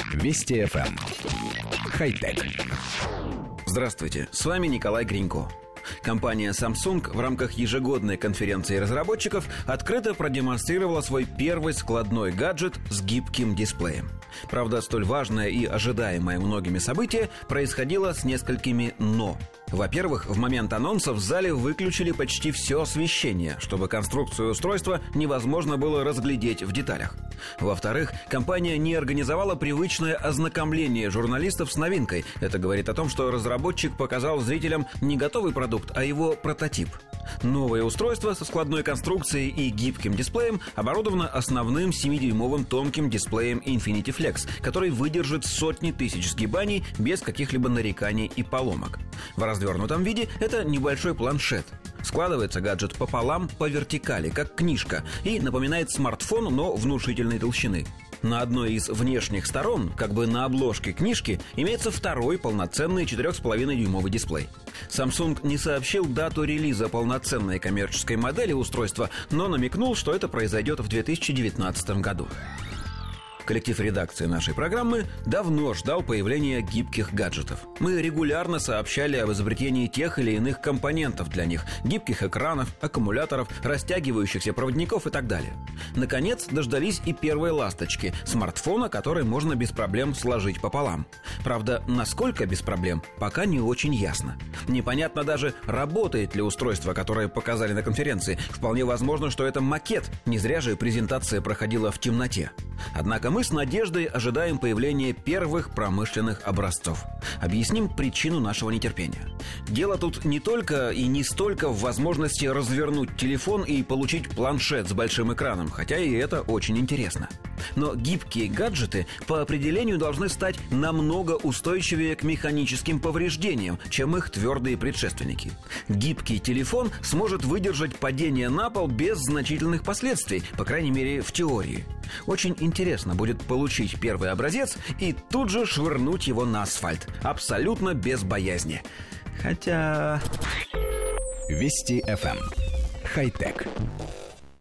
Вести ФМ. Хай-тек. Здравствуйте, с вами Николай Гринько. Компания Samsung в рамках ежегодной конференции разработчиков открыто продемонстрировала свой первый складной гаджет с гибким дисплеем. Правда, столь важное и ожидаемое многими событие происходило с несколькими «но». Во-первых, в момент анонса в зале выключили почти все освещение, чтобы конструкцию устройства невозможно было разглядеть в деталях. Во-вторых, компания не организовала привычное ознакомление журналистов с новинкой. Это говорит о том, что разработчик показал зрителям не готовый продукт, а его прототип. Новое устройство со складной конструкцией и гибким дисплеем оборудовано основным 7-дюймовым тонким дисплеем Infinity Flex, который выдержит сотни тысяч сгибаний без каких-либо нареканий и поломок. В развернутом виде это небольшой планшет. Складывается гаджет пополам по вертикали, как книжка, и напоминает смартфон, но внушительной толщины. На одной из внешних сторон, как бы на обложке книжки, имеется второй полноценный 4,5-дюймовый дисплей. Samsung не сообщил дату релиза полноценной коммерческой модели устройства, но намекнул, что это произойдет в 2019 году. Коллектив редакции нашей программы давно ждал появления гибких гаджетов. Мы регулярно сообщали об изобретении тех или иных компонентов для них: гибких экранов, аккумуляторов, растягивающихся проводников и так далее. Наконец, дождались и первой ласточки – смартфона, который можно без проблем сложить пополам. Правда, насколько без проблем, пока не очень ясно. Непонятно даже, работает ли устройство, которое показали на конференции. Вполне возможно, что это макет, не зря же презентация проходила в темноте. Однако мы с надеждой ожидаем появления первых промышленных образцов. Объясним причину нашего нетерпения. Дело тут не только и не столько в возможности развернуть телефон и получить планшет с большим экраном, хотя и это очень интересно. Но гибкие гаджеты по определению должны стать намного устойчивее к механическим повреждениям, чем их твердые предшественники. Гибкий телефон сможет выдержать падение на пол без значительных последствий, по крайней мере, в теории. Очень интересно будет получить первый образец и тут же швырнуть его на асфальт, абсолютно без боязни. Хотя... Вести ФМ. Хай-тек.